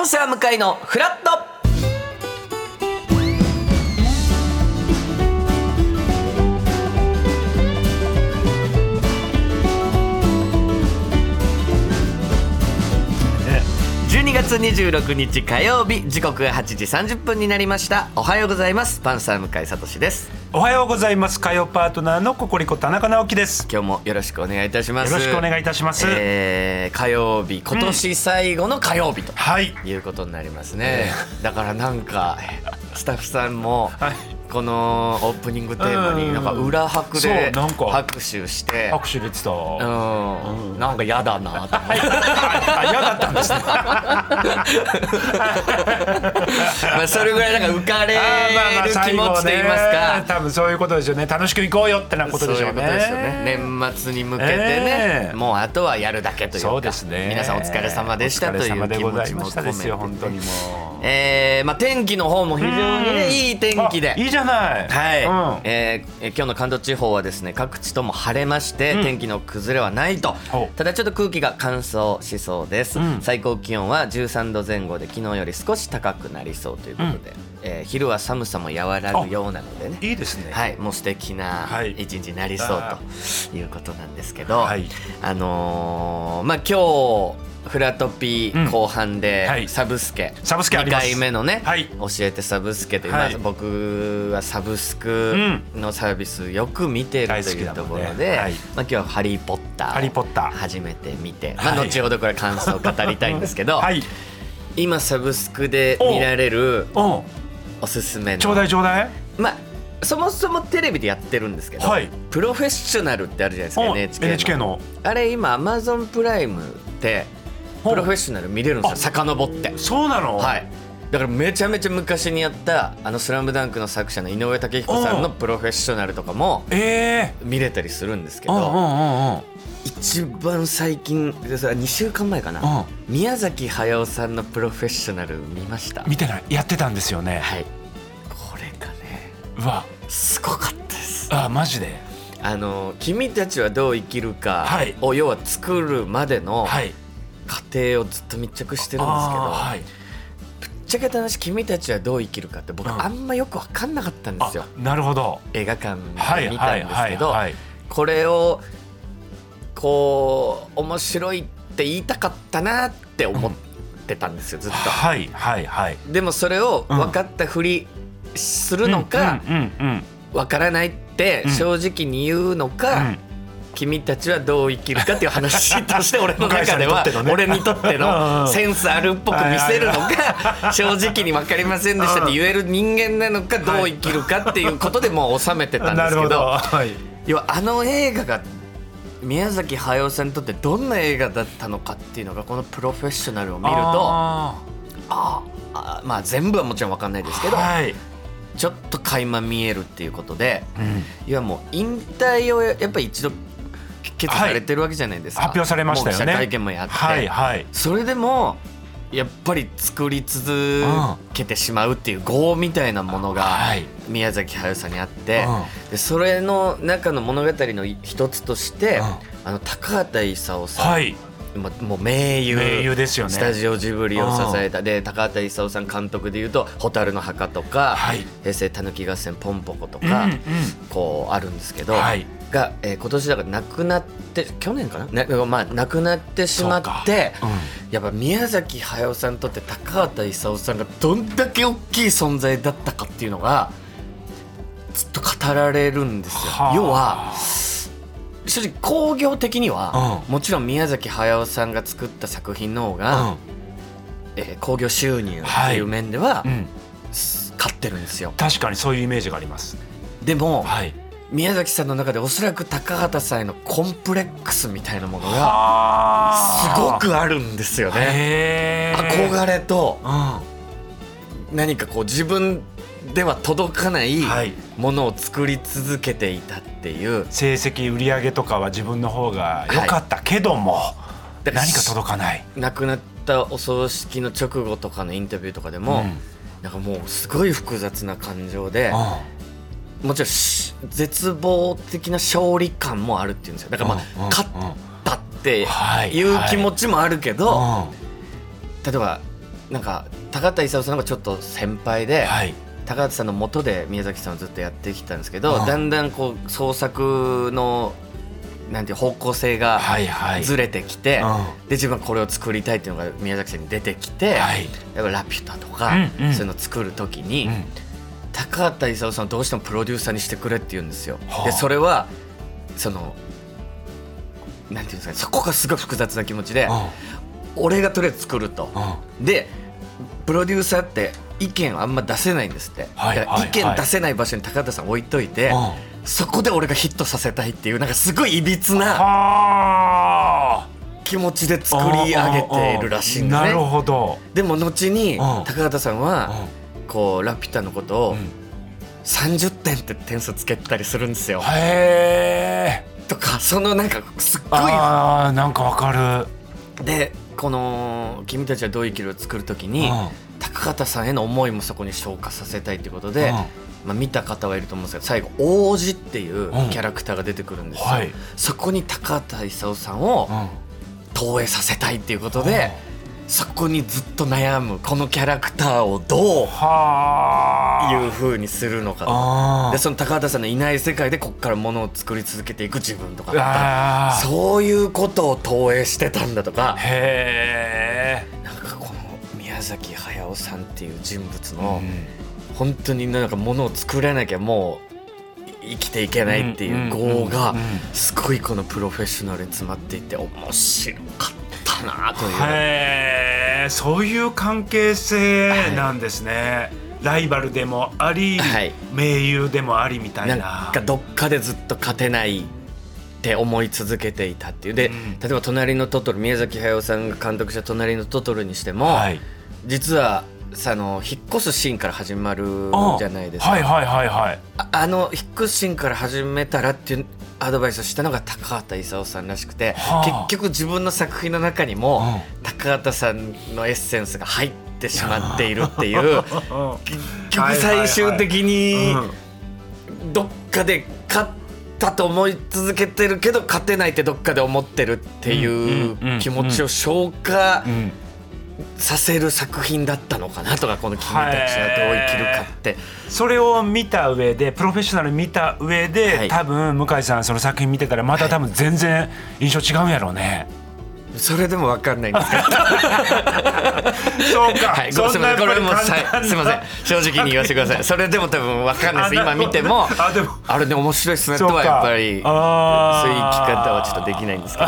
ンサー向かいのフラット。12月26日火曜日、時刻が8時30分になりました。おはようございます。パンサー向井聡です。 おはようございます。火曜パートナーのココリコ田中直樹です。 今日もよろしくお願いいたします。 よろしくお願いいたします。 火曜日、今年最後の火曜日と、 はいいうことになりますね。だからなんかスタッフさんも、このオープニングテーマになんか裏拍で拍手して拍手入れてた。 なんか嫌だなと思って嫌だったんですね。 まあそれぐらいなんか浮かれる気持ちと言いますか、 多分そういうことですよね。楽しく行こうよってなことでしょうね。 そういうことですよね。年末に向けてね、もうあとはやるだけというか、 そうですね。 皆さんお疲れ様でしたという気持ちも込めて、 本当にもうまあ天気の方も非常にね、いい天気でいいじゃない。 はい。今日の関東地方はですね、各地とも晴れまして、天気の崩れはないと。ただちょっと空気が乾燥しそうです。最高気温は13度前後で、昨日より少し高くなりそうということで、昼は寒さも和らぐようなのでね、 いいですね。 はい、もう素敵な一日になりそうということなんですけど、まあ今日フラトピ後半でサブスケ2回目のね、教えてサブスケという、僕はサブスクのサービスよく見ているというところで、まあ今日はハリーポッター初めて見て、まあ後ほどこれ感想を語りたいんですけど、今サブスクで見られるおすすめの、 ちょうだいまあそもそもテレビでやってるんですけど、プロフェッショナルってあるじゃないですか、NHK の。あれ今 Amazon プライムでプロフェッショナル見れるんですよ、遡って。 そうなの？ はい。だからめちゃめちゃ昔にやったスラムダンクの作者の井上武彦さんのプロフェッショナルとかも見れたりするんですけど、一番最近、それは2週間前かな、宮崎駿さんのプロフェッショナル見ました？ 見てない。やってたんですよね。 はい。これがね、 うわ、 すごかったです。 マジで。 君たちはどう生きるかを要は作るまでの過程をずっと密着してるんですけど、ぶっちゃけた話、君たちはどう生きるかって僕あんまよく分かんなかったんですよ。 なるほど。 映画館で見たんですけど、これをこう面白いって言いたかったなって思ってたんですよ、ずっと。でもそれを分かったふりするのか、分からないって正直に言うのか、君たちはどう生きるかっていう話として俺の中では俺にとってのセンスあるっぽく見せるのか、正直に分かりませんでしたって言える人間なのか、どう生きるかっていうことでもう収めてたんですけど、要は映画が宮崎駿さんにとってどんな映画だったのかっていうのが、このプロフェッショナルを見るとまあ全部はもちろん分かんないですけど、ちょっと垣間見えるっていうことで、いやもう引退をやっぱり一度決されてるわけじゃないですか。 発表されましたよね。 もう記者会見もやって、それでもやっぱり作り続けてしまうっていう業みたいなものが宮崎駿さんにあって、でそれの中の物語の一つとして、高畑勲さん、もう名優ですよね。 スタジオジブリを支えた。で高畑勲さん監督でいうと「蛍の墓」とか「平成たぬき合戦ポンポコ」とかこうあるんですけど、が今年だから亡くなって、去年かな、亡くなってしまって、やっぱ宮崎駿さんにとって高畑勲さんがどんだけ大きい存在だったかっていうのがずっと語られるんですよ。要は正直興行的には、もちろん宮崎駿さんが作った作品の方が、興行収入っていう面では、勝ってるんですよ。 確かにそういうイメージがあります。 でも、宮崎さんの中でおそらく高畑さんへのコンプレックスみたいなものがすごくあるんですよね。憧れと、何かこう自分では届かないものを作り続けていたっていう、 成績売り上げとかは自分の方が良かったけども、何か届かない。 亡くなったお葬式の直後とかのインタビューとかでも、なんかもうすごい複雑な感情で、もちろん絶望的な勝利感もあるっていうんですよ。だから勝ったっていう気持ちもあるけど、例えばなんか高畑勲さんがちょっと先輩で、 はい、 高畑さんの下で宮崎さんはずっとやってきたんですけど、だんだんこう創作のなんていう方向性がずれてきて、で自分はこれを作りたいっていうのが宮崎さんに出てきて、やっぱラピュタとか、そういうのを作る時に、高畑勲さんをどうしてもプロデューサーにしてくれって言うんですよ。でそれはそのなんていうんですかね、そこがすごい複雑な気持ちで、俺がとりあえず作ると、でプロデューサーって意見あんま出せないんですって、だから意見出せない場所に高畑さん置いといて、そこで俺がヒットさせたいっていうなんかすごいいびつな気持ちで作り上げているらしいんですね。 なるほど。 でも後に高畑さんはこうラピュタのことを30点って点数つけたりするんですよ。 へーとか、そのなんかすっごいなんかわかる。 でこの「君たちはどう生きる」を作る時に、高畑さんへの思いもそこに昇華させたいということで、見た方はいると思うんですけど、最後王子っていうキャラクターが出てくるんですよ。そこに高畑勲さんを投影させたいっていうことで、そこにずっと悩む、このキャラクターをどういう風にするのか、でその高畑さんのいない世界でこっからものを作り続けていく自分とか、そういうことを投影してたんだとか、なんかこの宮崎駿さんっていう人物の、本当になんかものを作らなきゃもう生きていけないっていう業がすごいこのプロフェッショナルに詰まっていて面白かったなという。 そういう関係性なんですね。ライバルでもあり、盟友でもありみたいな。 なんかどっかでずっと勝てないって思い続けていたっていう。で、例えば隣のトトロ、宮崎駿さんが監督した隣のトトロにしても、実は引っ越すシーンから始まるじゃないですか。引っ越すシーンから始めたらっていうアドバイスをしたのが高畑勲さんらしくて、結局自分の作品の中にも高畑さんのエッセンスが入ってしまっているっていう結局最終的にどっかで勝ったと思い続けてるけど勝てないってどっかで思ってるっていう気持ちを消化させる作品だったのかなとか、この「君たちはどう生きるか」って、 それを見た上でプロフェッショナル見た上で、多分向井さんその作品見てたらまた多分全然印象違うんやろうね。 それでも分かんないんですけどそうか、 そんなこれもすいません、正直に言わせてください。それでも多分分かんないです。今見てもあれね面白いっすねとはやっぱりそういう生き方はちょっとできないんですけ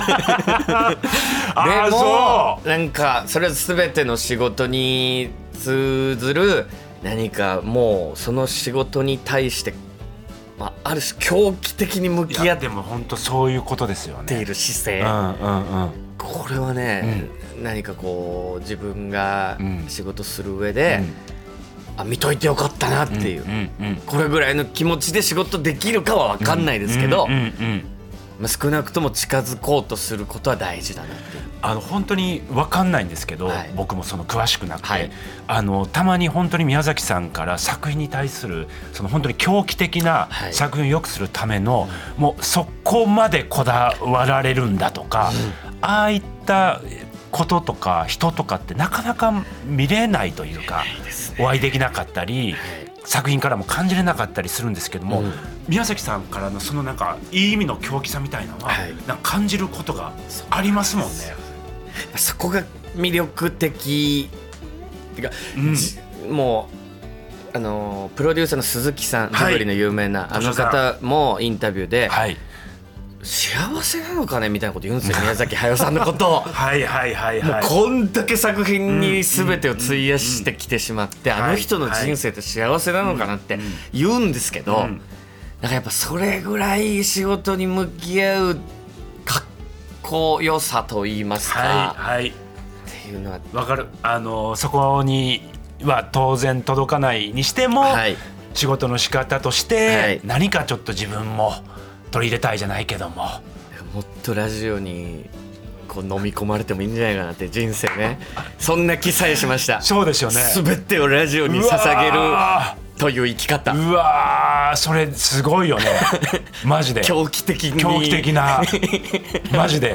どでもなんかそれは全ての仕事に通ずる何か、もうその仕事に対してある種狂気的に向き合ってでも本当そういうことですよね。 いる姿勢、これはね、何かこう自分が仕事する上で、見といてよかったなっていう、これぐらいの気持ちで仕事できるかは分かんないですけど、少なくとも近づこうとすることは大事だなっていう。 本当に分かんないんですけど、僕もその詳しくなくて、たまに本当に宮崎さんから作品に対するその本当に狂気的な作品を良くするための、もうそこまでこだわられるんだとか、ああいったこととか人とかってなかなか見れないというか、お会いできなかったり、作品からも感じれなかったりするんですけども、宮崎さんからのそのなんかいい意味の狂気さみたいなのは、なんか感じることがありますもんね。 そこが魅力的っていうか、もうプロデューサーの鈴木さん、ジブリの有名なあの方もインタビューで、幸せなのかねみたいなこと言うんですよ宮崎駿さんのことを。もうこんだけ作品に全てを費やしてきてしまって、あの人の人生って幸せなのかなって言うんですけど、なんかやっぱそれぐらい仕事に向き合うかっこよさと言いますか、っていうのは分かる。そこには当然届かないにしても、仕事の仕方として何かちょっと自分も取り入れたいじゃないけども、 もっとラジオにこう飲み込まれてもいいんじゃないかなって、人生ねそんな気さえしました。 そうですよね。 全てをラジオに捧げるという生き方。 うわー、それすごいよねマジで狂気的なマジで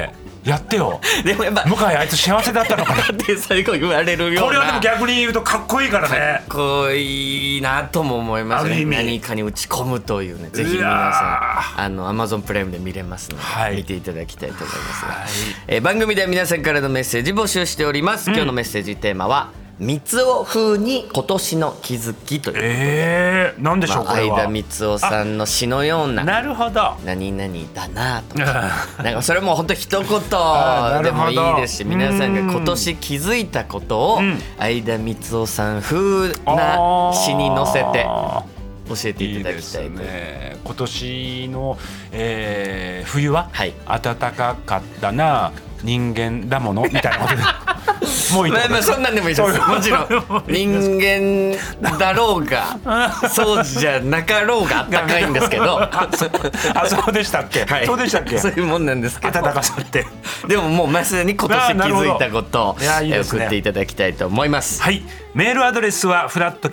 やってよ。 でもやっぱ向井あいつ幸せだったのかなって最後言われるような。 これはでも逆に言うとかっこいいからね。 かっこいいなとも思いますね。何かに打ち込むというね、ぜひ皆さんAmazon プライムで見れますので、はい、見ていただきたいと思いますが、はい、番組では皆さんからのメッセージ募集しております。今日のメッセージテーマは三尾風に今年の気づきということで、 何でしょう、これは相田光雄さんの詩のような、 なるほど、 何々だなとかなんかそれも本当一言でもいいですし、皆さんが今年気づいたことを相田光雄さん風な詩に乗せて教えていただきたいと。いいですね。 今年の、冬は、はい、暖かかったな人間だものみたいなことでもういいとまあそんなんでもいいです。もちろん人間だろうがそうじゃなかろうがあったかいんですけどそうでしたっけ、はい、そうでしたっけ、 そういうもんなんですけど、 暖かさってでももうまさに今年気づいたことを送っていただきたいと思います。 はい、メールアドレスはフラット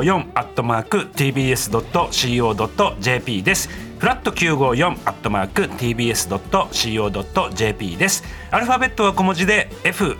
954@tbs.co.jp です。フラット 954@tbs.co.jp です。アルファベットは小文字で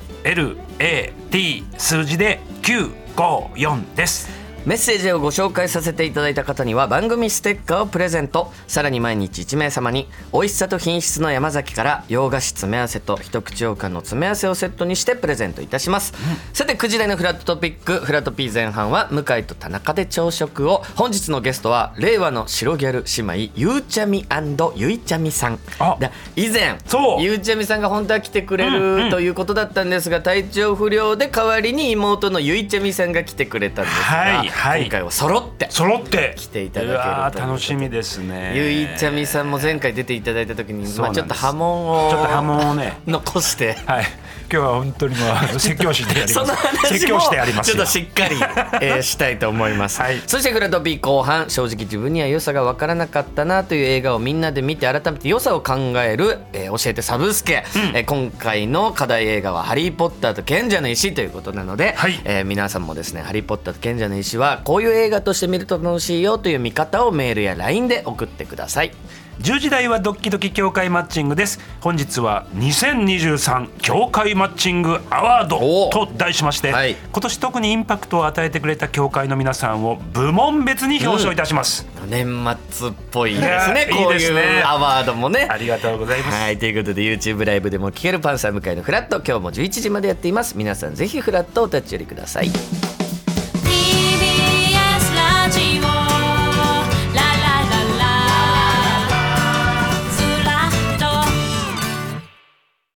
FLAT 数字で954です。 メッセージをご紹介させていただいた方には番組ステッカーをプレゼント。さらに毎日1名様に美味しさと品質の山崎から洋菓子詰め合わせと一口羊羹の詰め合わせをセットにしてプレゼントいたします、さて9時台のフラットトピック、フラット P 前半は向井と田中で朝食を。本日のゲストは令和の白ギャル姉妹ゆうちゃみ&ゆいちゃみさん。以前ゆうちゃみさんが本当は来てくれる、ということだったんですが、体調不良で代わりに妹のゆいちゃみさんが来てくれたんですが、今回は揃って来ていただけるという。 楽しみですね。 ゆいちゃみさんも前回出ていただいた時に、ちょっと波紋をね残して、 はい、今日は本当に説教してやります。その話もちょっとしっかり、したいと思います、はい、そしてフラトピー後半、正直自分には良さが分からなかったなという映画をみんなで見て改めて良さを考える、教えてサブスケ、今回の課題映画はハリーポッターと賢者の石ということなので、はい、皆さんもですね、ハリーポッターと賢者の石はこういう映画として見ると楽しいよという見方をメールや LINE で送ってください。 10時台はドッキドキ協会マッチングです。本日は2023協会マッチングアワードと題しまして、はい、今年特にインパクトを与えてくれた協会の皆さんを部門別に表彰いたします、 年末っぽいですね。こういうアワードもね、 ありがとうございます。 はい、ということで YouTube ライブでも聴けるパンサー向井のフラット、今日も11時までやっています。皆さんぜひフラットお立ち寄りください。